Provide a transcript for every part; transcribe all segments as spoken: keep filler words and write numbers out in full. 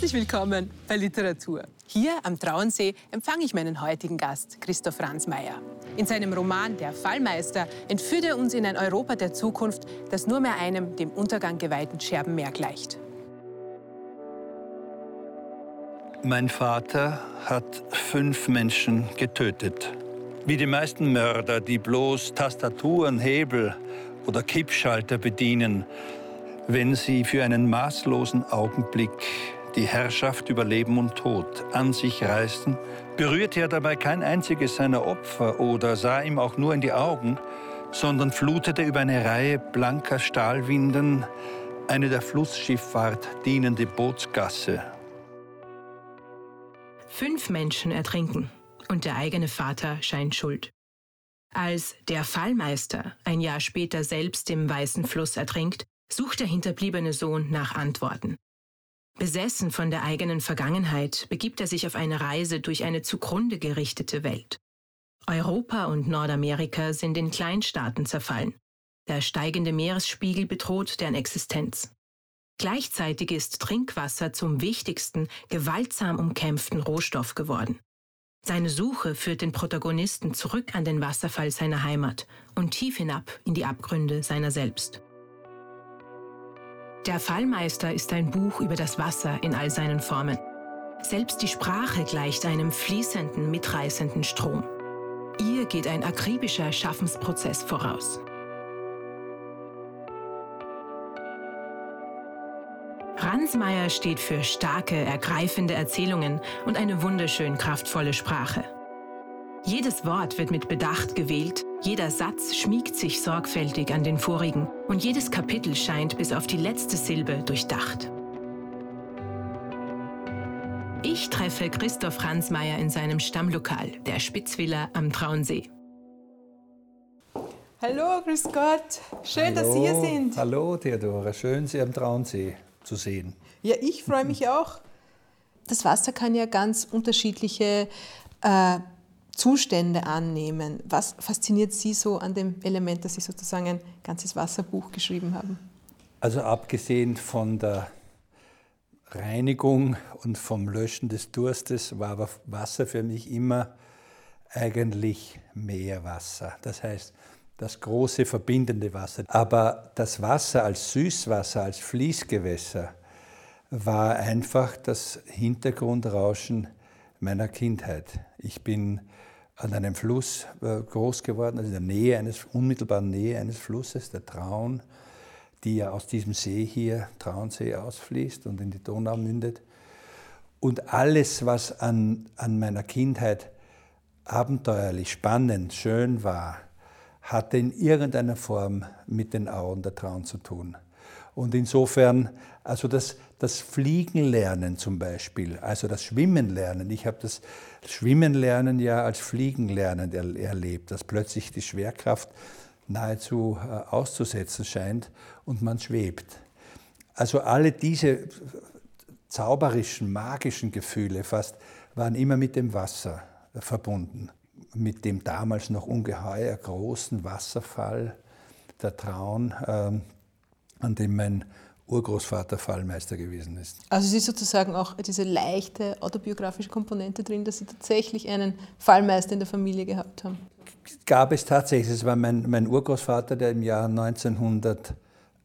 Herzlich willkommen bei Literatur. Hier am Traunsee empfange ich meinen heutigen Gast, Christoph Ransmayr. In seinem Roman Der Fallmeister entführt er uns in ein Europa der Zukunft, das nur mehr einem dem Untergang geweihten Scherbenmeer gleicht. Mein Vater hat fünf Menschen getötet. Wie die meisten Mörder, die bloß Tastaturen, Hebel oder Kippschalter bedienen, wenn sie für einen maßlosen Augenblick die Herrschaft über Leben und Tod an sich reißen, berührte er dabei kein einziges seiner Opfer oder sah ihm auch nur in die Augen, sondern flutete über eine Reihe blanker Stahlwinden eine der Flussschifffahrt dienende Bootsgasse. Fünf Menschen ertrinken und der eigene Vater scheint schuld. Als der Fallmeister ein Jahr später selbst im Weißen Fluss ertrinkt, sucht der hinterbliebene Sohn nach Antworten. Besessen von der eigenen Vergangenheit begibt er sich auf eine Reise durch eine zugrunde gerichtete Welt. Europa und Nordamerika sind in Kleinstaaten zerfallen. Der steigende Meeresspiegel bedroht deren Existenz. Gleichzeitig ist Trinkwasser zum wichtigsten, gewaltsam umkämpften Rohstoff geworden. Seine Suche führt den Protagonisten zurück an den Wasserfall seiner Heimat und tief hinab in die Abgründe seiner selbst. Der Fallmeister ist ein Buch über das Wasser in all seinen Formen. Selbst die Sprache gleicht einem fließenden, mitreißenden Strom. Ihr geht ein akribischer Schaffensprozess voraus. Ransmayr steht für starke, ergreifende Erzählungen und eine wunderschön kraftvolle Sprache. Jedes Wort wird mit Bedacht gewählt, jeder Satz schmiegt sich sorgfältig an den vorigen und jedes Kapitel scheint bis auf die letzte Silbe durchdacht. Ich treffe Christoph Ransmayr in seinem Stammlokal, der Spitzvilla am Traunsee. Hallo, grüß Gott. Schön, Hallo, dass Sie hier sind. Hallo, Theodora. Schön, Sie am Traunsee zu sehen. Ja, ich freue mich auch. Das Wasser kann ja ganz unterschiedliche äh, Zustände annehmen. Was fasziniert Sie so an dem Element, dass Sie sozusagen ein ganzes Wasserbuch geschrieben haben? Also abgesehen von der Reinigung und vom Löschen des Durstes war aber Wasser für mich immer eigentlich Meerwasser. Das heißt, das große verbindende Wasser. Aber das Wasser als Süßwasser, als Fließgewässer war einfach das Hintergrundrauschen meiner Kindheit. Ich bin an einem Fluss groß geworden, also in der Nähe eines, unmittelbaren Nähe eines Flusses, der Traun, die ja aus diesem See hier, Traunsee, ausfließt und in die Donau mündet. Und alles, was an, an meiner Kindheit abenteuerlich, spannend, schön war, hatte in irgendeiner Form mit den Auen der Traun zu tun. Und insofern, also das, das Fliegenlernen zum Beispiel, also das Schwimmenlernen, ich habe das Schwimmenlernen ja als Fliegenlernen er, erlebt, dass plötzlich die Schwerkraft nahezu äh, auszusetzen scheint und man schwebt. Also alle diese zauberischen, magischen Gefühle fast waren immer mit dem Wasser äh, verbunden. Mit dem damals noch ungeheuer großen Wasserfall, der Traun, ähm, an dem mein Urgroßvater Fallmeister gewesen ist. Also es ist sozusagen auch diese leichte autobiografische Komponente drin, dass Sie tatsächlich einen Fallmeister in der Familie gehabt haben. Gab es tatsächlich. Es war mein, mein Urgroßvater, der im Jahr neunzehnhundertacht,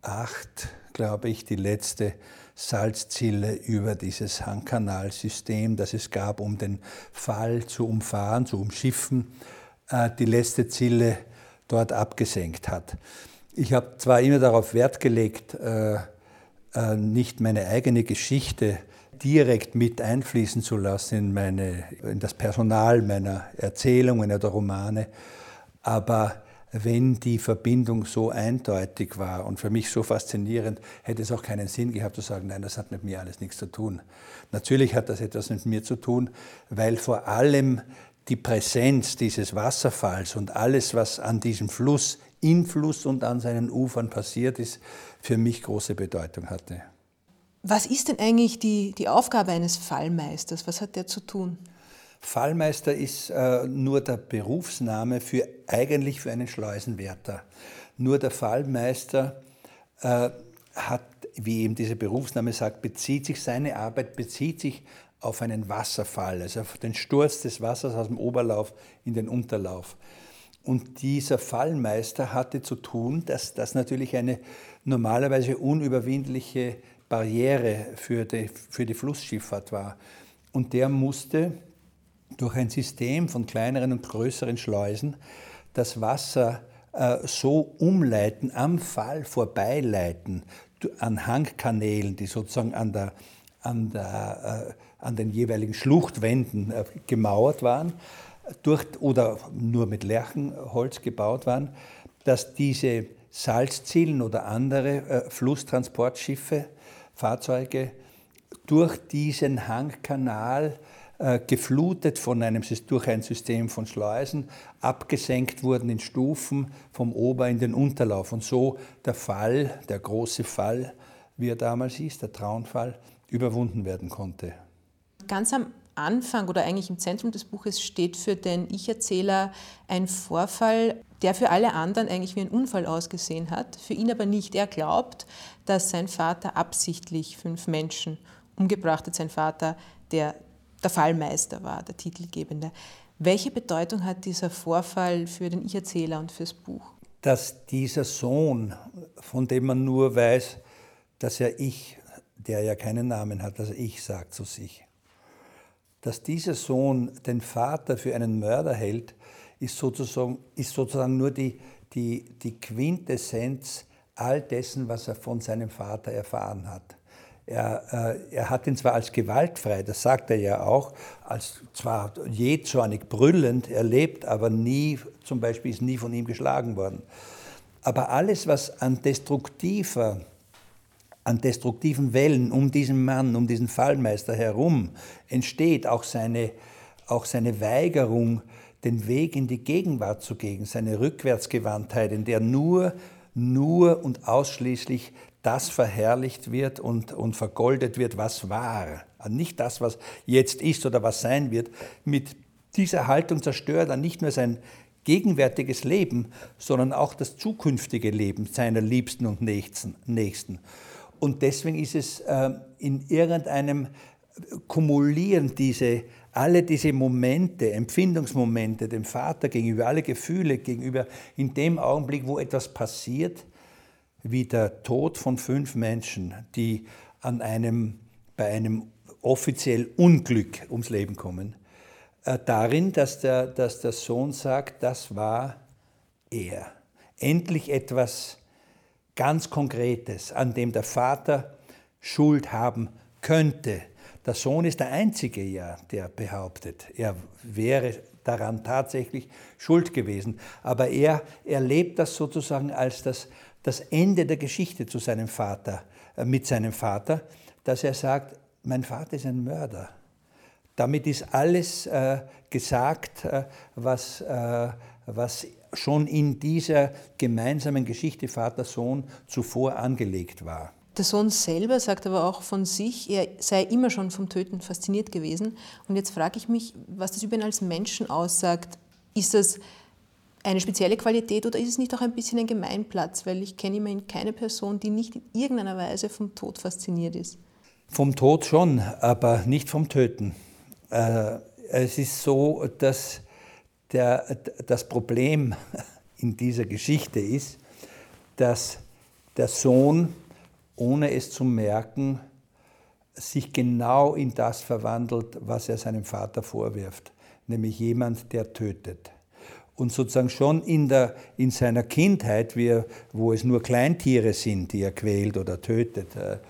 glaube ich, die letzte Salzzille über dieses Hangkanalsystem, das es gab, um den Fall zu umfahren, zu umschiffen, äh, die letzte Zille dort abgesenkt hat. Ich habe zwar immer darauf Wert gelegt, äh, äh, nicht meine eigene Geschichte direkt mit einfließen zu lassen in, meine, in das Personal meiner Erzählungen oder Romane, aber wenn die Verbindung so eindeutig war und für mich so faszinierend, hätte es auch keinen Sinn gehabt zu sagen, nein, das hat mit mir alles nichts zu tun. Natürlich hat das etwas mit mir zu tun, weil vor allem die Präsenz dieses Wasserfalls und alles, was an diesem Fluss, im Fluss und an seinen Ufern passiert ist, für mich große Bedeutung hatte. Was ist denn eigentlich die, die Aufgabe eines Fallmeisters? Was hat der zu tun? Fallmeister ist äh, nur der Berufsname für, eigentlich für einen Schleusenwärter. Nur der Fallmeister äh, hat, wie eben dieser Berufsname sagt, bezieht sich, seine Arbeit bezieht sich auf einen Wasserfall, also auf den Sturz des Wassers aus dem Oberlauf in den Unterlauf. Und dieser Fallmeister hatte zu tun, dass das natürlich eine normalerweise unüberwindliche Barriere für die, für die Flussschifffahrt war. Und der musste durch ein System von kleineren und größeren Schleusen das Wasser äh, so umleiten, am Fall vorbeileiten, an Hangkanälen, die sozusagen an, der, an, der, äh, an den jeweiligen Schluchtwänden äh, gemauert waren, durch, oder nur mit Lärchenholz gebaut waren, dass diese Salzzielen oder andere äh, Flusstransportschiffe, Fahrzeuge durch diesen Hangkanal äh, geflutet von einem, durch ein System von Schleusen, abgesenkt wurden in Stufen vom Ober- in den Unterlauf. Und so der Fall, der große Fall, wie er damals hieß, der Traunfall, überwunden werden konnte. Ganz am Anfang oder eigentlich im Zentrum des Buches steht für den Ich-Erzähler ein Vorfall, der für alle anderen eigentlich wie ein Unfall ausgesehen hat, für ihn aber nicht. Er glaubt, dass sein Vater absichtlich fünf Menschen umgebracht hat, sein Vater, der der Fallmeister war, der Titelgebende. Welche Bedeutung hat dieser Vorfall für den Ich-Erzähler und fürs Buch? Dass dieser Sohn, von dem man nur weiß, dass er Ich, der ja keinen Namen hat, dass er Ich sagt zu sich, dass dieser Sohn den Vater für einen Mörder hält, ist sozusagen, ist sozusagen nur die, die, die Quintessenz all dessen, was er von seinem Vater erfahren hat. Er, äh, er hat ihn zwar als gewaltfrei, das sagt er ja auch, als zwar jähzornig brüllend erlebt, aber nie, zum Beispiel ist nie von ihm geschlagen worden. Aber alles, was an destruktiver, an destruktiven Wellen um diesen Mann, um diesen Fallmeister herum entsteht, auch seine, auch seine Weigerung, den Weg in die Gegenwart zu gehen, seine Rückwärtsgewandtheit, in der nur, nur und ausschließlich das verherrlicht wird und, und vergoldet wird, was war. Also nicht das, was jetzt ist oder was sein wird. Mit dieser Haltung zerstört er nicht nur sein gegenwärtiges Leben, sondern auch das zukünftige Leben seiner Liebsten und Nächsten. Und deswegen ist es äh, in irgendeinem Kumulieren diese, alle diese Momente, Empfindungsmomente dem Vater gegenüber, alle Gefühle gegenüber, in dem Augenblick, wo etwas passiert, wie der Tod von fünf Menschen, die an einem, bei einem offiziell Unglück ums Leben kommen, äh, darin, dass der, dass der Sohn sagt, das war er. Endlich etwas ganz Konkretes, an dem der Vater Schuld haben könnte. Der Sohn ist der Einzige, ja, der behauptet, er wäre daran tatsächlich schuld gewesen. Aber er erlebt das sozusagen als das, das Ende der Geschichte zu seinem Vater, äh, mit seinem Vater, dass er sagt, mein Vater ist ein Mörder. Damit ist alles äh, gesagt, äh, was, äh, was schon in dieser gemeinsamen Geschichte Vater-Sohn zuvor angelegt war. Der Sohn selber sagt aber auch von sich, er sei immer schon vom Töten fasziniert gewesen. Und jetzt frage ich mich, was das über ihn als Menschen aussagt. Ist das eine spezielle Qualität oder ist es nicht auch ein bisschen ein Gemeinplatz? Weil ich kenne immerhin keine Person, die nicht in irgendeiner Weise vom Tod fasziniert ist. Vom Tod schon, aber nicht vom Töten. Äh, es ist so, dass der, das Problem in dieser Geschichte ist, dass der Sohn, ohne es zu merken, sich genau in das verwandelt, was er seinem Vater vorwirft, nämlich jemand, der tötet. Und sozusagen schon in, der, in seiner Kindheit, wie er, wo es nur Kleintiere sind, die er quält oder tötet, äh,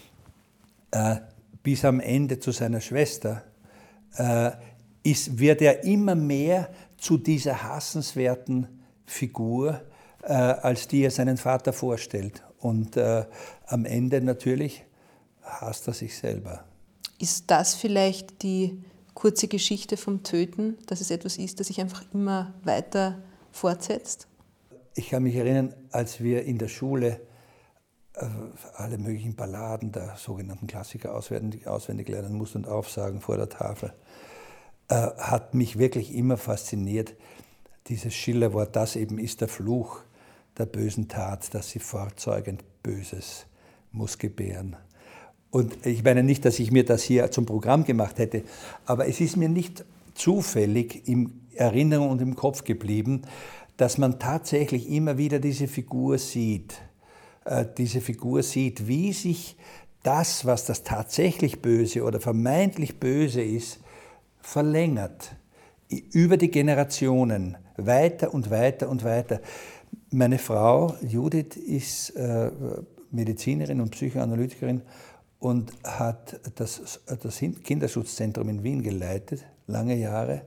äh, bis am Ende zu seiner Schwester, äh, ist, wird er immer mehr zu dieser hassenswerten Figur, äh, als die er seinen Vater vorstellt. Und äh, am Ende natürlich hasst er sich selber. Ist das vielleicht die kurze Geschichte vom Töten, dass es etwas ist, das sich einfach immer weiter fortsetzt? Ich kann mich erinnern, als wir in der Schule äh, alle möglichen Balladen der sogenannten Klassiker auswendig, auswendig lernen mussten und aufsagen vor der Tafel, äh, hat mich wirklich immer fasziniert, dieses Schillerwort, das eben ist der Fluch der bösen Tat, dass sie fortzeugend Böses muss gebären. Und ich meine nicht, dass ich mir das hier zum Programm gemacht hätte, aber es ist mir nicht zufällig in Erinnerung und im Kopf geblieben, dass man tatsächlich immer wieder diese Figur sieht, äh, diese Figur sieht, wie sich das, was das tatsächlich Böse oder vermeintlich Böse ist, verlängert über die Generationen, weiter und weiter und weiter. Meine Frau Judith ist äh, Medizinerin und Psychoanalytikerin und hat das, das Kinderschutzzentrum in Wien geleitet, lange Jahre.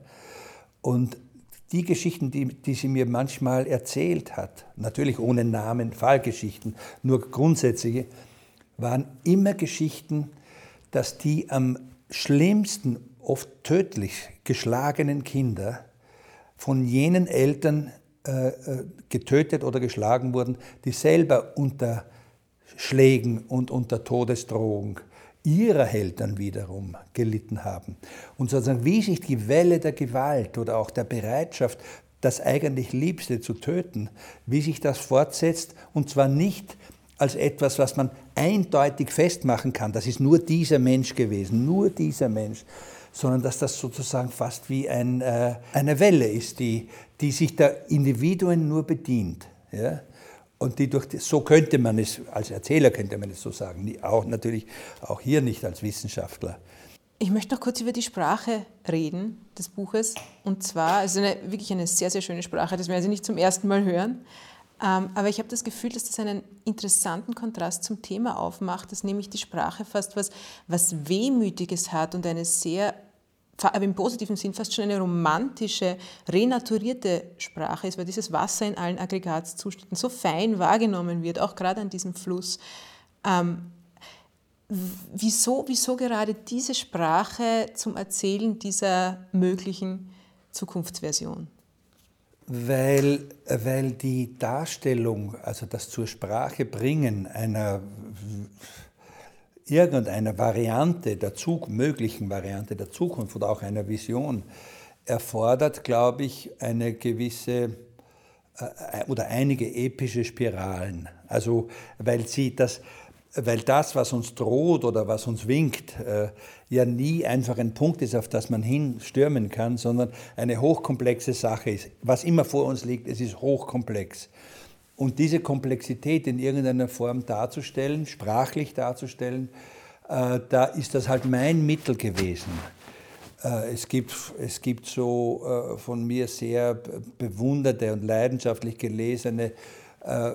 Und die Geschichten, die, die sie mir manchmal erzählt hat, natürlich ohne Namen, Fallgeschichten, nur grundsätzliche, waren immer Geschichten, dass die am schlimmsten, oft tödlich geschlagenen Kinder von jenen Eltern äh, getötet oder geschlagen wurden, die selber unter Schlägen und unter Todesdrohung ihrer Eltern wiederum gelitten haben. Und sozusagen, wie sich die Welle der Gewalt oder auch der Bereitschaft, das eigentlich Liebste zu töten, wie sich das fortsetzt, und zwar nicht als etwas, was man eindeutig festmachen kann, das ist nur dieser Mensch gewesen, nur dieser Mensch, sondern dass das sozusagen fast wie ein, äh, eine Welle ist, die, die sich der Individuen nur bedient. Ja? Und die durch die, so könnte man es, als Erzähler könnte man es so sagen, auch natürlich auch hier nicht als Wissenschaftler. Ich möchte noch kurz über die Sprache reden des Buches. Und zwar, es ist eine, wirklich eine sehr, sehr schöne Sprache, das werden Sie nicht zum ersten Mal hören. Ähm, aber ich habe das Gefühl, dass das einen interessanten Kontrast zum Thema aufmacht, dass nämlich die Sprache fast was, was Wehmütiges hat und eine sehr, aber im positiven Sinn fast schon eine romantische, renaturierte Sprache ist, weil dieses Wasser in allen Aggregatzuständen so fein wahrgenommen wird, auch gerade an diesem Fluss. Ähm, wieso, wieso gerade diese Sprache zum Erzählen dieser möglichen Zukunftsversion? Weil, weil die Darstellung, also das zur Sprache bringen einer irgendeiner Variante der Zug, möglichen Variante der Zukunft oder auch einer Vision, erfordert, glaube ich, eine gewisse äh, oder einige epische Spiralen. Also weil sie das, weil das, was uns droht oder was uns winkt, äh, ja nie einfach ein Punkt ist, auf das man hinstürmen kann, sondern eine hochkomplexe Sache ist. Was immer vor uns liegt, es ist hochkomplex. Und diese Komplexität in irgendeiner Form darzustellen, sprachlich darzustellen, äh, da ist das halt mein Mittel gewesen. Äh, es gibt, es gibt so äh, von mir sehr bewunderte und leidenschaftlich gelesene äh,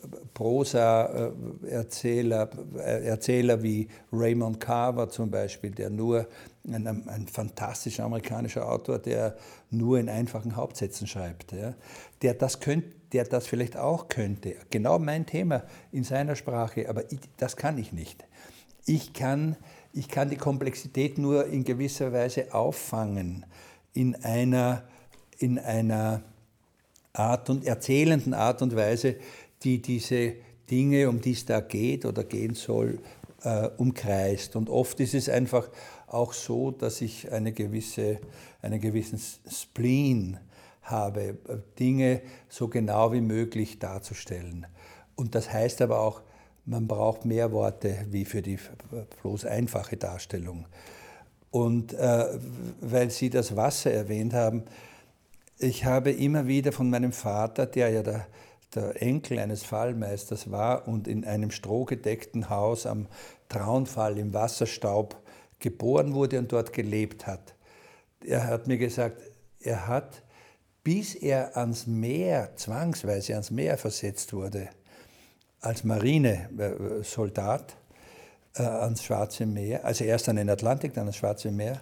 Prosa-Erzähler, äh, Erzähler wie Raymond Carver zum Beispiel, der nur ein, ein fantastischer amerikanischer Autor, der nur in einfachen Hauptsätzen schreibt, ja, der das könnte, der das vielleicht auch könnte. Genau mein Thema in seiner Sprache, aber ich, das kann ich nicht. Ich kann, ich kann die Komplexität nur in gewisser Weise auffangen, in einer, in einer Art und erzählenden Art und Weise, die diese Dinge, um die es da geht oder gehen soll, äh, umkreist. Und oft ist es einfach auch so, dass ich eine gewisse, einen gewissen Spleen habe, Dinge so genau wie möglich darzustellen. Und das heißt aber auch, man braucht mehr Worte wie für die bloß einfache Darstellung. Und äh, weil Sie das Wasser erwähnt haben, ich habe immer wieder von meinem Vater, der ja der, der Enkel eines Fallmeisters war und in einem strohgedeckten Haus am Traunfall im Wasserstaub geboren wurde und dort gelebt hat. Er hat mir gesagt, er hat, bis er ans Meer, zwangsweise ans Meer versetzt wurde, als Marinesoldat äh, ans Schwarze Meer, also erst an den Atlantik, dann ans Schwarze Meer,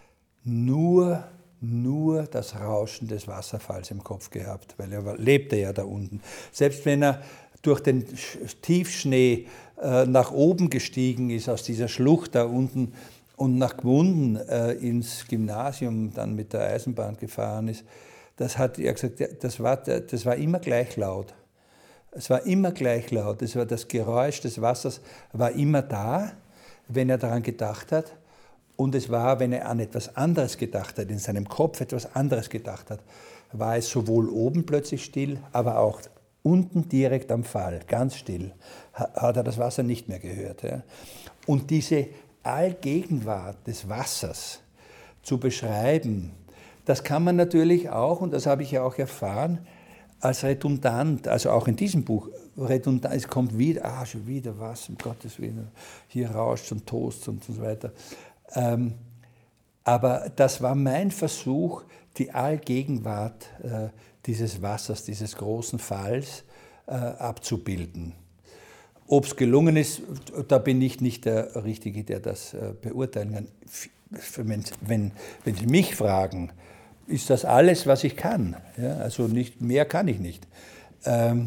nur, nur das Rauschen des Wasserfalls im Kopf gehabt, weil er war, lebte ja da unten. Selbst wenn er durch den Tiefschnee äh, nach oben gestiegen ist, aus dieser Schlucht da unten und nach Gmunden äh, ins Gymnasium dann mit der Eisenbahn gefahren ist, das hat er gesagt, das war, das war immer gleich laut. Es war immer gleich laut. Das war das Geräusch des Wassers war immer da, wenn er daran gedacht hat. Und es war, wenn er an etwas anderes gedacht hat, in seinem Kopf etwas anderes gedacht hat, war es sowohl oben plötzlich still, aber auch unten direkt am Fall, ganz still, hat er das Wasser nicht mehr gehört. Ja. Und diese Allgegenwart des Wassers zu beschreiben, das kann man natürlich auch, und das habe ich ja auch erfahren, als redundant, also auch in diesem Buch, redundant, es kommt wieder, ah, schon wieder was, um Gottes Willen, hier rauscht und Toast und so weiter. Ähm, aber das war mein Versuch, die Allgegenwart äh, dieses Wassers, dieses großen Falls äh, abzubilden. Ob es gelungen ist, da bin ich nicht der Richtige, der das äh, beurteilen kann. Wenn, wenn, wenn Sie mich fragen, ist das alles, was ich kann. Ja, also nicht, mehr kann ich nicht. Ähm,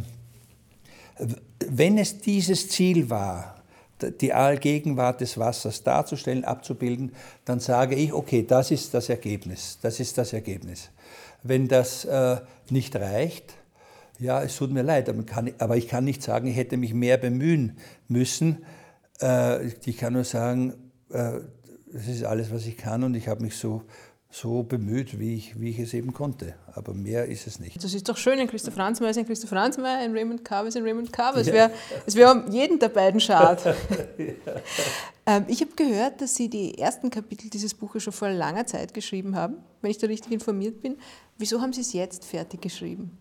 wenn es dieses Ziel war, die Allgegenwart des Wassers darzustellen, abzubilden, dann sage ich, okay, das ist das Ergebnis. Das ist das Ergebnis. Wenn das äh, nicht reicht, ja, es tut mir leid, aber, kann, aber ich kann nicht sagen, ich hätte mich mehr bemühen müssen. Äh, ich kann nur sagen, äh, das ist alles, was ich kann, und ich habe mich so so bemüht, wie ich, wie ich es eben konnte. Aber mehr ist es nicht. Das ist doch schön, ein Christoph Franzmeier ist ein Christoph Franzmeier, ein Raymond Carver ist ein Raymond Carver. Es Ja. wäre es wär um jeden der beiden schade. Ja. ähm, ich habe gehört, dass Sie die ersten Kapitel dieses Buches schon vor langer Zeit geschrieben haben, wenn ich da richtig informiert bin. Wieso haben Sie es jetzt fertig geschrieben?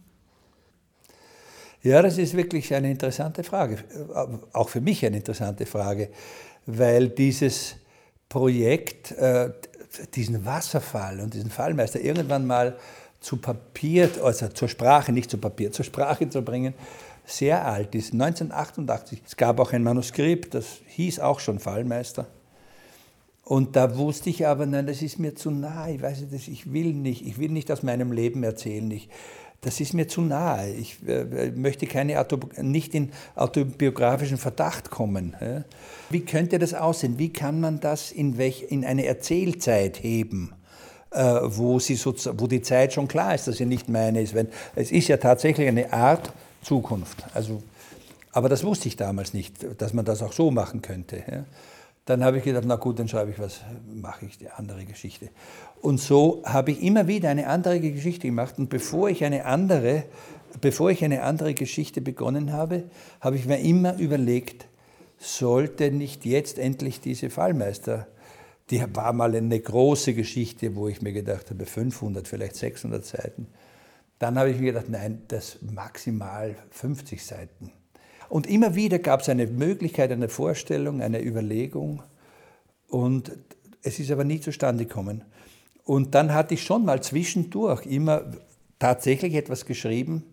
Ja, das ist wirklich eine interessante Frage. Auch für mich eine interessante Frage, weil dieses Projekt, äh, diesen Wasserfall und diesen Fallmeister irgendwann mal zu Papier, also zur Sprache, nicht zu Papier, zur Sprache zu bringen, sehr alt ist. neunzehnhundertachtundachtzig. Es gab auch ein Manuskript, das hieß auch schon Fallmeister. Und da wusste ich aber, nein, das ist mir zu nah, ich weiß nicht, ich will nicht, ich will nicht aus meinem Leben erzählen. Ich, das ist mir zu nahe. Ich äh, möchte keine Auto, nicht in autobiografischen Verdacht kommen. Ja. Wie könnte das aussehen? Wie kann man das in, welch, in eine Erzählzeit heben, äh, wo, sie so, wo die Zeit schon klar ist, dass sie nicht meine ist? Wenn, es ist ja tatsächlich eine Art Zukunft. Also, aber das wusste ich damals nicht, dass man das auch so machen könnte. Ja. Dann habe ich gedacht, na gut, dann schreibe ich was, mache ich die andere Geschichte. Und so habe ich immer wieder eine andere Geschichte gemacht. Und bevor ich eine andere, bevor ich eine andere Geschichte begonnen habe, habe ich mir immer überlegt, sollte nicht jetzt endlich diese Fallmeister, die war mal eine große Geschichte, wo ich mir gedacht habe, fünfhundert, vielleicht sechshundert Seiten. Dann habe ich mir gedacht, nein, das maximal fünfzig Seiten. Und immer wieder gab es eine Möglichkeit, eine Vorstellung, eine Überlegung, und es ist aber nie zustande gekommen. Und dann hatte ich schon mal zwischendurch immer tatsächlich etwas geschrieben,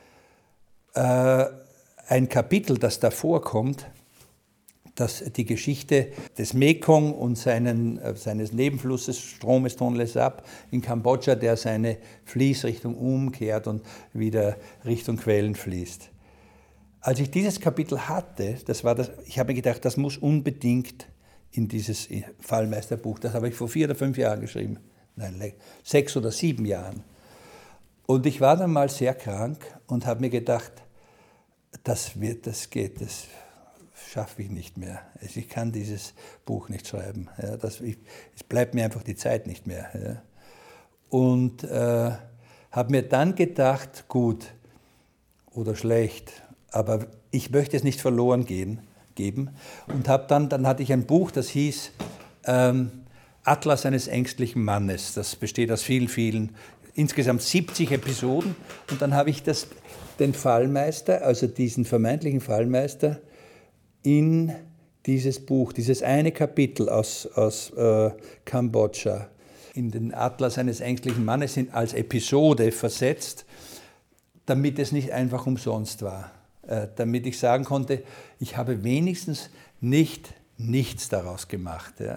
äh, ein Kapitel, das davor kommt, das die Geschichte des Mekong und seinen, äh, seines Nebenflusses, Stromes Tonle Sap in Kambodscha, der seine Fließrichtung umkehrt und wieder Richtung Quellen fließt. Als ich dieses Kapitel hatte, das war das, ich habe mir gedacht, das muss unbedingt in dieses Fallmeisterbuch, das habe ich vor vier oder fünf Jahren geschrieben, nein, sechs oder sieben Jahren. Und ich war dann mal sehr krank und habe mir gedacht, das wird, das geht, das schaffe ich nicht mehr. Also ich kann dieses Buch nicht schreiben. Ja, das, ich, es bleibt mir einfach die Zeit nicht mehr. Ja. Und äh, habe mir dann gedacht, gut oder schlecht, aber ich möchte es nicht verloren gehen, geben. Und habe dann, dann hatte ich ein Buch, das hieß ähm, Atlas eines ängstlichen Mannes. Das besteht aus vielen, vielen, insgesamt siebzig Episoden. Und dann habe ich das, den Fallmeister, also diesen vermeintlichen Fallmeister, in dieses Buch, dieses eine Kapitel aus, aus äh, Kambodscha, in den Atlas eines ängstlichen Mannes als Episode versetzt, damit es nicht einfach umsonst war. Damit ich sagen konnte, ich habe wenigstens nicht nichts daraus gemacht. Ja.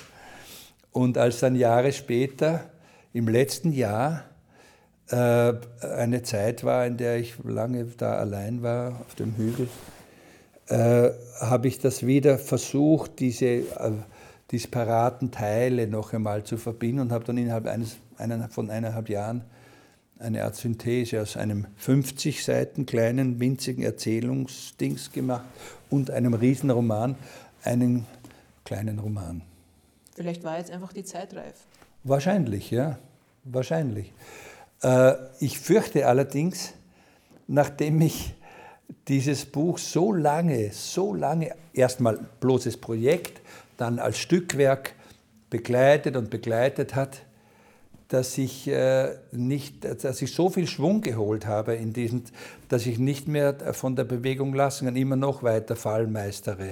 Und als dann Jahre später, im letzten Jahr, äh, eine Zeit war, in der ich lange da allein war, auf dem Hügel, äh, habe ich das wieder versucht, diese äh, disparaten Teile noch einmal zu verbinden, und habe dann innerhalb eines, einer, von eineinhalb Jahren eine Art Synthese aus einem fünfzig Seiten kleinen, winzigen Erzählungsdings gemacht und einem Riesenroman, einen kleinen Roman. Vielleicht war jetzt einfach die Zeit reif. Wahrscheinlich, ja, wahrscheinlich. Äh, ich fürchte allerdings, nachdem ich dieses Buch so lange, so lange, erstmal bloßes Projekt, dann als Stückwerk begleitet und begleitet hat, dass ich, äh, nicht, dass ich so viel Schwung geholt habe, in diesen, dass ich nicht mehr von der Bewegung lassen kann, immer noch weiter Fallmeistere.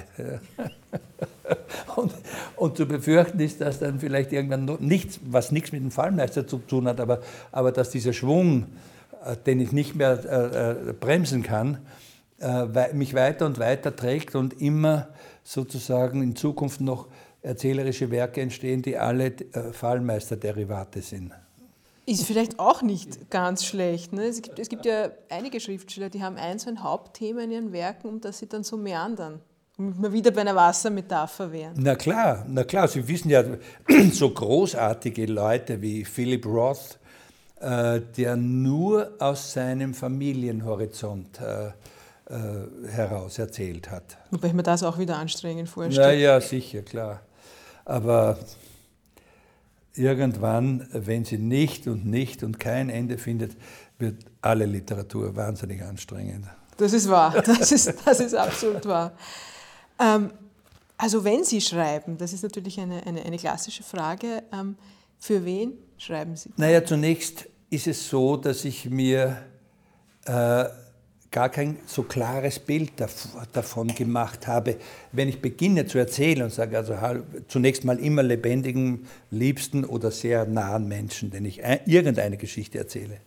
und, und zu befürchten ist, dass dann vielleicht irgendwann noch nichts, was nichts mit dem Fallmeister zu tun hat, aber, aber dass dieser Schwung, äh, den ich nicht mehr äh, bremsen kann, äh, mich weiter und weiter trägt und immer sozusagen in Zukunft noch erzählerische Werke entstehen, die alle äh, Fallmeister-Derivate sind. Ist vielleicht auch nicht ganz schlecht. Ne? Es gibt, es gibt ja einige Schriftsteller, die haben ein so ein Hauptthema in ihren Werken, um das sie dann so meandern. Und wir wieder bei einer Wassermetapher wären. Na klar, na klar. Sie wissen ja, so großartige Leute wie Philip Roth, äh, der nur aus seinem Familienhorizont äh, äh, heraus erzählt hat. Wobei ich mir das auch wieder anstrengend vorstelle. Na ja, sicher, klar. Aber irgendwann, wenn sie nicht und nicht und kein Ende findet, wird alle Literatur wahnsinnig anstrengend. Das ist wahr, das ist, das ist absolut wahr. Ähm, also wenn Sie schreiben, das ist natürlich eine, eine, eine klassische Frage, ähm, für wen schreiben Sie? Naja, zunächst ist es so, dass ich mir äh, gar kein so klares Bild davon gemacht habe. Wenn ich beginne zu erzählen und sage, also zunächst mal immer lebendigen, liebsten oder sehr nahen Menschen, denen ich irgendeine Geschichte erzähle.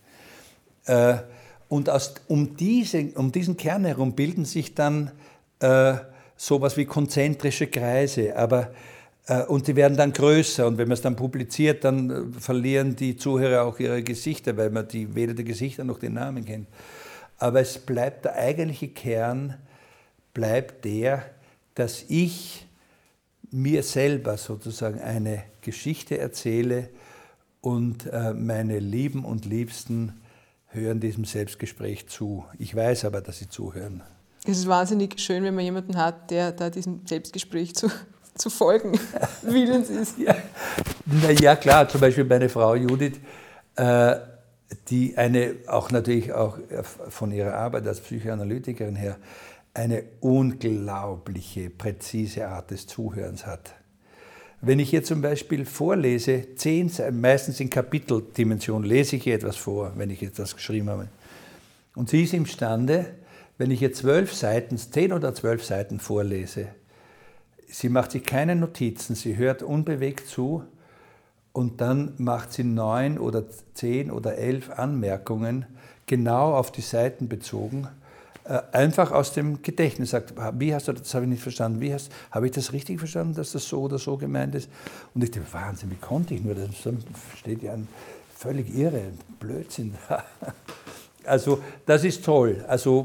Und aus, um, diese, um diesen Kern herum bilden sich dann äh, sowas wie konzentrische Kreise, aber äh, und die werden dann größer und wenn man es dann publiziert, dann äh, verlieren die Zuhörer auch ihre Gesichter, weil man die, weder die Gesichter noch den Namen kennt. Aber es bleibt, der eigentliche Kern bleibt der, dass ich mir selber sozusagen eine Geschichte erzähle und äh, meine Lieben und Liebsten hören diesem Selbstgespräch zu. Ich weiß aber, dass sie zuhören. Es ist wahnsinnig schön, wenn man jemanden hat, der da diesem Selbstgespräch zu, zu folgen willens ist. Ja. Na ja, klar, zum Beispiel meine Frau Judith, äh, die eine, auch natürlich auch von ihrer Arbeit als Psychoanalytikerin her, eine unglaubliche, präzise Art des Zuhörens hat. Wenn ich hier zum Beispiel vorlese, zehn, meistens in Kapiteldimension, lese ich ihr etwas vor, wenn ich etwas geschrieben habe. Und sie ist imstande, wenn ich ihr zwölf Seiten, zehn oder zwölf Seiten vorlese, sie macht sich keine Notizen, sie hört unbewegt zu, und dann macht sie neun oder zehn oder elf Anmerkungen, genau auf die Seiten bezogen, einfach aus dem Gedächtnis. Sagt, wie hast du das, das habe ich nicht verstanden, wie hast, habe ich das richtig verstanden, dass das so oder so gemeint ist? Und ich dachte, Wahnsinn, wie konnte ich nur, das steht ja ein völlig irre, Blödsinn. Also das ist toll. Also,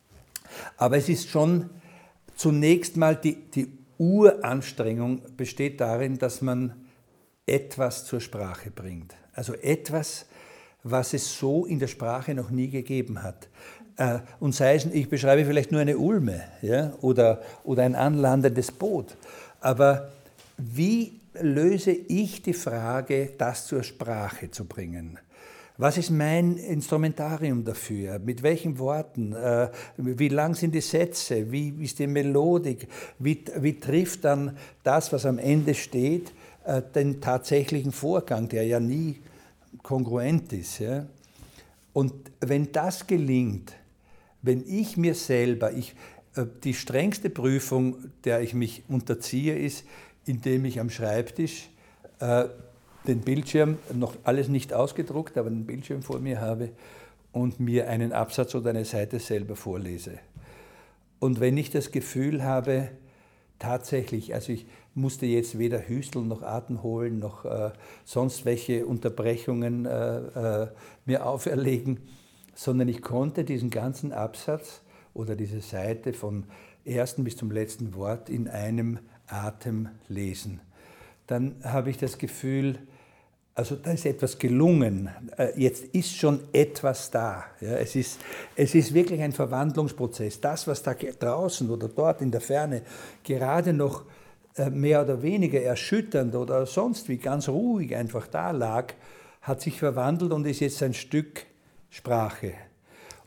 aber es ist schon zunächst mal, die, die Uranstrengung besteht darin, dass man etwas zur Sprache bringt. Also etwas, was es so in der Sprache noch nie gegeben hat. Und sei es, ich beschreibe vielleicht nur eine Ulme, ja, oder, oder ein anlandendes Boot. Aber wie löse ich die Frage, das zur Sprache zu bringen? Was ist mein Instrumentarium dafür? Mit welchen Worten? Wie lang sind die Sätze? Wie ist die Melodik? Wie, wie trifft dann das, was am Ende steht, den tatsächlichen Vorgang, der ja nie kongruent ist. Ja? Und wenn das gelingt, wenn ich mir selber, ich, die strengste Prüfung, der ich mich unterziehe, ist, indem ich am Schreibtisch äh, den Bildschirm, noch alles nicht ausgedruckt, aber den Bildschirm vor mir habe und mir einen Absatz oder eine Seite selber vorlese. Und wenn ich das Gefühl habe, tatsächlich, also ich musste jetzt weder hüsteln noch Atem holen noch äh, sonst welche Unterbrechungen äh, äh, mir auferlegen, sondern ich konnte diesen ganzen Absatz oder diese Seite vom ersten bis zum letzten Wort in einem Atem lesen. Dann habe ich das Gefühl, also da ist etwas gelungen, jetzt ist schon etwas da. Ja, es ist, es ist wirklich ein Verwandlungsprozess. Das, was da draußen oder dort in der Ferne gerade noch mehr oder weniger erschütternd oder sonst wie ganz ruhig einfach da lag, hat sich verwandelt und ist jetzt ein Stück Sprache.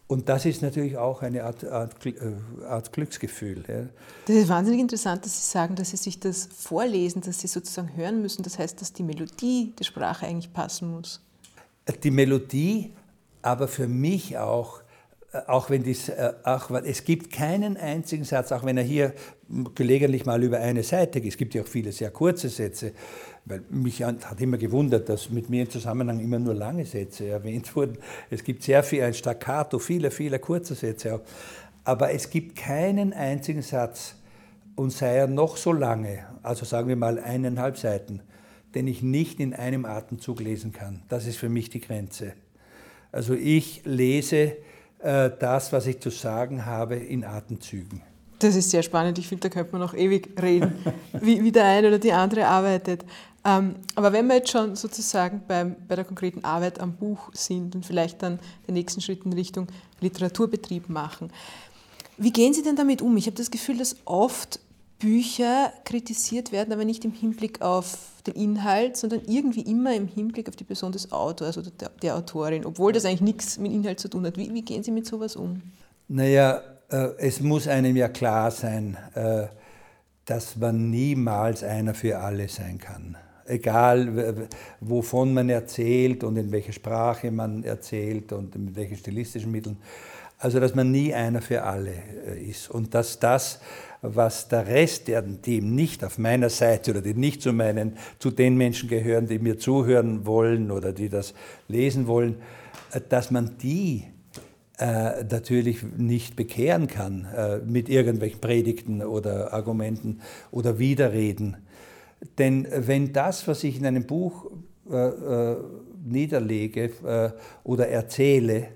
Und das ist natürlich auch eine Art, Art, Art Glücksgefühl. Ja. Das ist wahnsinnig interessant, dass Sie sagen, dass Sie sich das vorlesen, dass Sie sozusagen hören müssen. Das heißt, dass die Melodie der Sprache eigentlich passen muss. Die Melodie, aber für mich auch, auch wenn dies, auch, es gibt keinen einzigen Satz, auch wenn er hier gelegentlich mal über eine Seite geht. Es gibt ja auch viele sehr kurze Sätze, weil mich hat immer gewundert, dass mit mir im Zusammenhang immer nur lange Sätze erwähnt wurden. Es gibt sehr viel, ein Staccato, viele, viele kurze Sätze auch. Aber es gibt keinen einzigen Satz, und sei er noch so lange, also sagen wir mal eineinhalb Seiten, den ich nicht in einem Atemzug lesen kann. Das ist für mich die Grenze. Also ich lese äh, das, was ich zu sagen habe, in Atemzügen. Das ist sehr spannend. Ich finde, da könnte man noch ewig reden, wie, wie der eine oder die andere arbeitet. Ähm, aber wenn wir jetzt schon sozusagen beim, bei der konkreten Arbeit am Buch sind und vielleicht dann den nächsten Schritt in Richtung Literaturbetrieb machen, wie gehen Sie denn damit um? Ich habe das Gefühl, dass oft Bücher kritisiert werden, aber nicht im Hinblick auf den Inhalt, sondern irgendwie immer im Hinblick auf die Person des Autors oder der, der Autorin, obwohl das eigentlich nichts mit Inhalt zu tun hat. Wie, wie gehen Sie mit sowas um? Naja, äh, es muss einem ja klar sein, äh, dass man niemals einer für alle sein kann. Egal, wovon man erzählt und in welcher Sprache man erzählt und mit welchen stilistischen Mitteln. Also, dass man nie einer für alle ist und dass das, was der Rest, die eben nicht auf meiner Seite oder die nicht zu, meinen, zu den Menschen gehören, die mir zuhören wollen oder die das lesen wollen, dass man die äh, natürlich nicht bekehren kann äh, mit irgendwelchen Predigten oder Argumenten oder Widerreden. Denn wenn das, was ich in einem Buch äh, äh, niederlege äh, oder erzähle,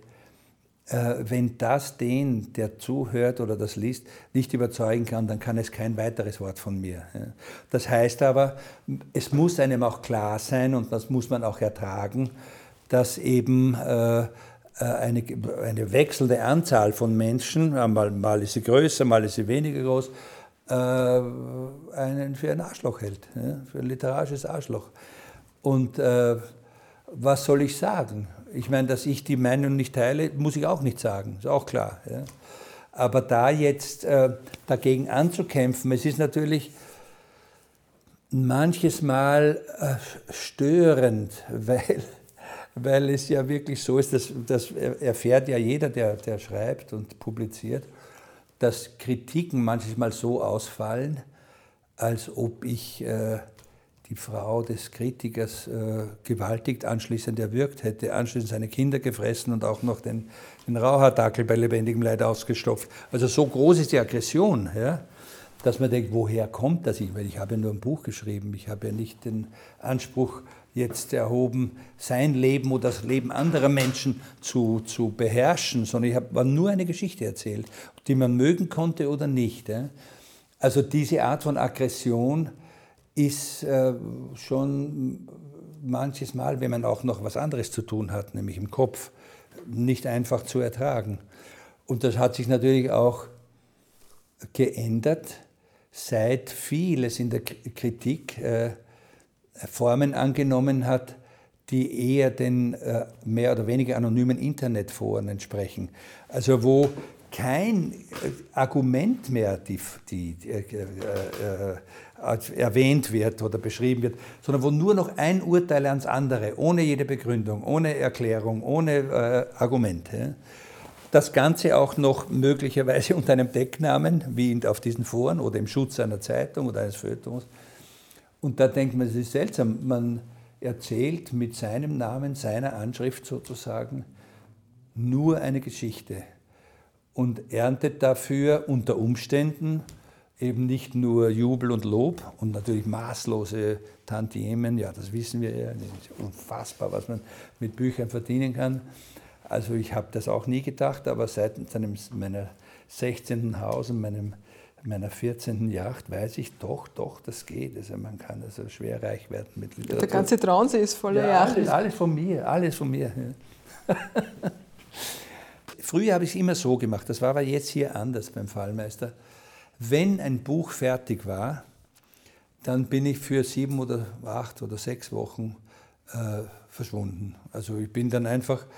wenn das den, der zuhört oder das liest, nicht überzeugen kann, dann kann es kein weiteres Wort von mir. Das heißt aber, es muss einem auch klar sein und das muss man auch ertragen, dass eben eine, eine wechselnde Anzahl von Menschen, mal, mal ist sie größer, mal ist sie weniger groß, einen für ein Arschloch hält, für ein literarisches Arschloch. Und was soll ich sagen? Ich meine, dass ich die Meinung nicht teile, muss ich auch nicht sagen, ist auch klar. Ja. Aber da jetzt äh, dagegen anzukämpfen, es ist natürlich manches Mal äh, störend, weil, weil es ja wirklich so ist, dass, das erfährt ja jeder, der, der schreibt und publiziert, dass Kritiken manchmal so ausfallen, als ob ich äh, die Frau des Kritikers äh, gewaltigt anschließend erwürgt hätte, anschließend seine Kinder gefressen und auch noch den, den Rauhaardackel bei lebendigem Leib ausgestopft. Also so groß ist die Aggression, ja, dass man denkt, woher kommt das? Weil ich habe ja nur ein Buch geschrieben, ich habe ja nicht den Anspruch jetzt erhoben, sein Leben oder das Leben anderer Menschen zu, zu beherrschen, sondern ich habe nur eine Geschichte erzählt, die man mögen konnte oder nicht. Ja. Also diese Art von Aggression ist äh, schon manches Mal, wenn man auch noch was anderes zu tun hat, nämlich im Kopf, nicht einfach zu ertragen. Und das hat sich natürlich auch geändert, seit vieles in der Kritik äh, Formen angenommen hat, die eher den äh, mehr oder weniger anonymen Internetforen entsprechen. Also wo kein Argument mehr die, die, die, äh, äh, erwähnt wird oder beschrieben wird, sondern wo nur noch ein Urteil ans andere, ohne jede Begründung, ohne Erklärung, ohne äh, Argument. Ja. Das Ganze auch noch möglicherweise unter einem Decknamen, wie auf diesen Foren oder im Schutz einer Zeitung oder eines Feuilletons. Und da denkt man, es ist seltsam, man erzählt mit seinem Namen, seiner Anschrift sozusagen nur eine Geschichte und erntet dafür unter Umständen eben nicht nur Jubel und Lob und natürlich maßlose Tantiemen, ja, das wissen wir ja, das ist unfassbar, was man mit Büchern verdienen kann. Also ich habe das auch nie gedacht, aber seit meiner sechzehnten Haus und meinem, meiner vierzehnten Yacht weiß ich, doch, doch, das geht. Also man kann also schwer reich werden mit Literatur. Der ganze Traunsee ist voller ja, Yachten. Alles, alles von mir, alles von mir. Ja. Früher habe ich es immer so gemacht, das war aber jetzt hier anders beim Fallmeister. Wenn ein Buch fertig war, dann bin ich für sieben oder acht oder sechs Wochen äh, verschwunden. Also ich bin dann einfach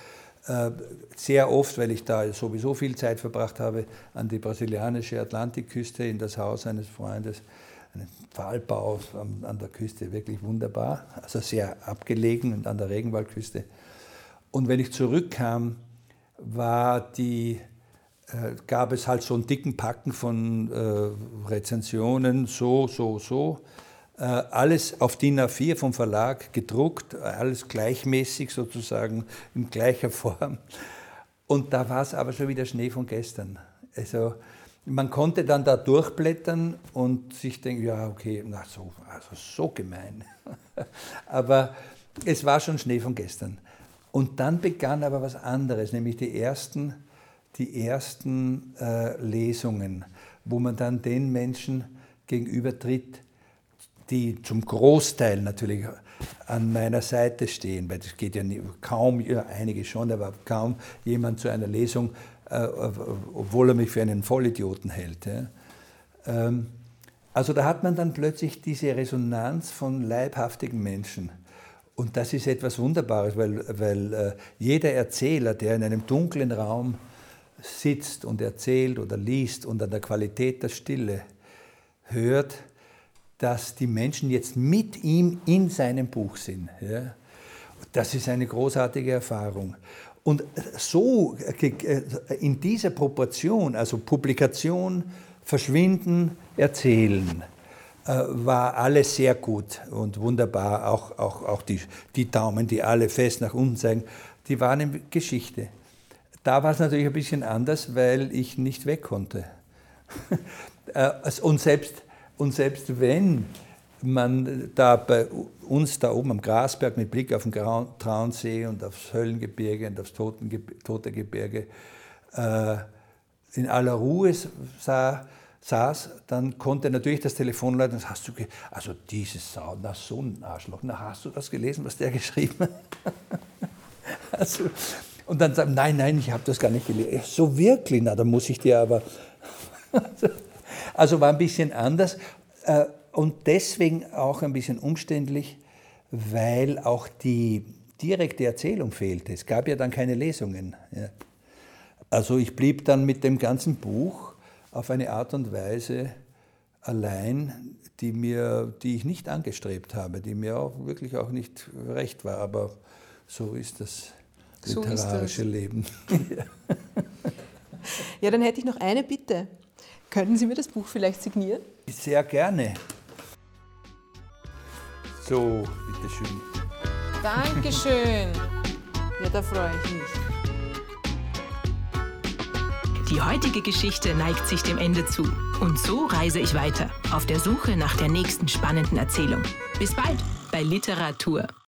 Sehr oft, weil ich da sowieso viel Zeit verbracht habe, an die brasilianische Atlantikküste in das Haus eines Freundes. Ein Pfahlbau an der Küste, wirklich wunderbar, also sehr abgelegen und an der Regenwaldküste. Und wenn ich zurückkam, war die, äh, gab es halt so einen dicken Packen von äh, Rezensionen, so, so, so. Äh, alles auf D I N A vier vom Verlag gedruckt, alles gleichmäßig sozusagen, in gleicher Form. Und da war es aber schon wieder Schnee von gestern. Also man konnte dann da durchblättern und sich denken, ja okay, na so, also so gemein. Aber es war schon Schnee von gestern. Und dann begann aber was anderes, nämlich die ersten, die ersten äh, Lesungen, wo man dann den Menschen gegenübertritt, die zum Großteil natürlich an meiner Seite stehen, weil es geht ja nie, kaum, ja, einige schon, aber kaum jemand zu einer Lesung, äh, obwohl er mich für einen Vollidioten hält. Ja. Ähm, also da hat man dann plötzlich diese Resonanz von leibhaftigen Menschen. Und das ist etwas Wunderbares, weil, weil äh, jeder Erzähler, der in einem dunklen Raum sitzt und erzählt oder liest und an der Qualität der Stille hört, dass die Menschen jetzt mit ihm in seinem Buch sind. Ja? Das ist eine großartige Erfahrung. Und so in dieser Proportion, also Publikation, Verschwinden, Erzählen, war alles sehr gut und wunderbar. Auch, auch, auch die, die Daumen, die alle fest nach unten zeigen, die waren in Geschichte. Da war es natürlich ein bisschen anders, weil ich nicht weg konnte. Und selbst Und selbst wenn man da bei uns da oben am Grasberg mit Blick auf den Traunsee und aufs Höllengebirge und aufs Tote Gebirge äh, in aller Ruhe sah, saß, dann konnte natürlich das Telefon läuten, das hast du ge also diese Sau, na so ein Arschloch, na hast du das gelesen, was der geschrieben hat? also, und dann sagen, nein, nein, ich habe das gar nicht gelesen. So wirklich, na, da muss ich dir aber... Also war ein bisschen anders äh, und deswegen auch ein bisschen umständlich, weil auch die direkte Erzählung fehlte. Es gab ja dann keine Lesungen. Ja. Also ich blieb dann mit dem ganzen Buch auf eine Art und Weise allein, die, mir, die ich nicht angestrebt habe, die mir auch wirklich auch nicht recht war. Aber so ist das literarische so ist das. Leben. Ja, dann hätte ich noch eine Bitte. Könnten Sie mir das Buch vielleicht signieren? Sehr gerne. So, bitteschön. Dankeschön. Ja, da freue ich mich. Die heutige Geschichte neigt sich dem Ende zu. Und so reise ich weiter, auf der Suche nach der nächsten spannenden Erzählung. Bis bald bei Literatur.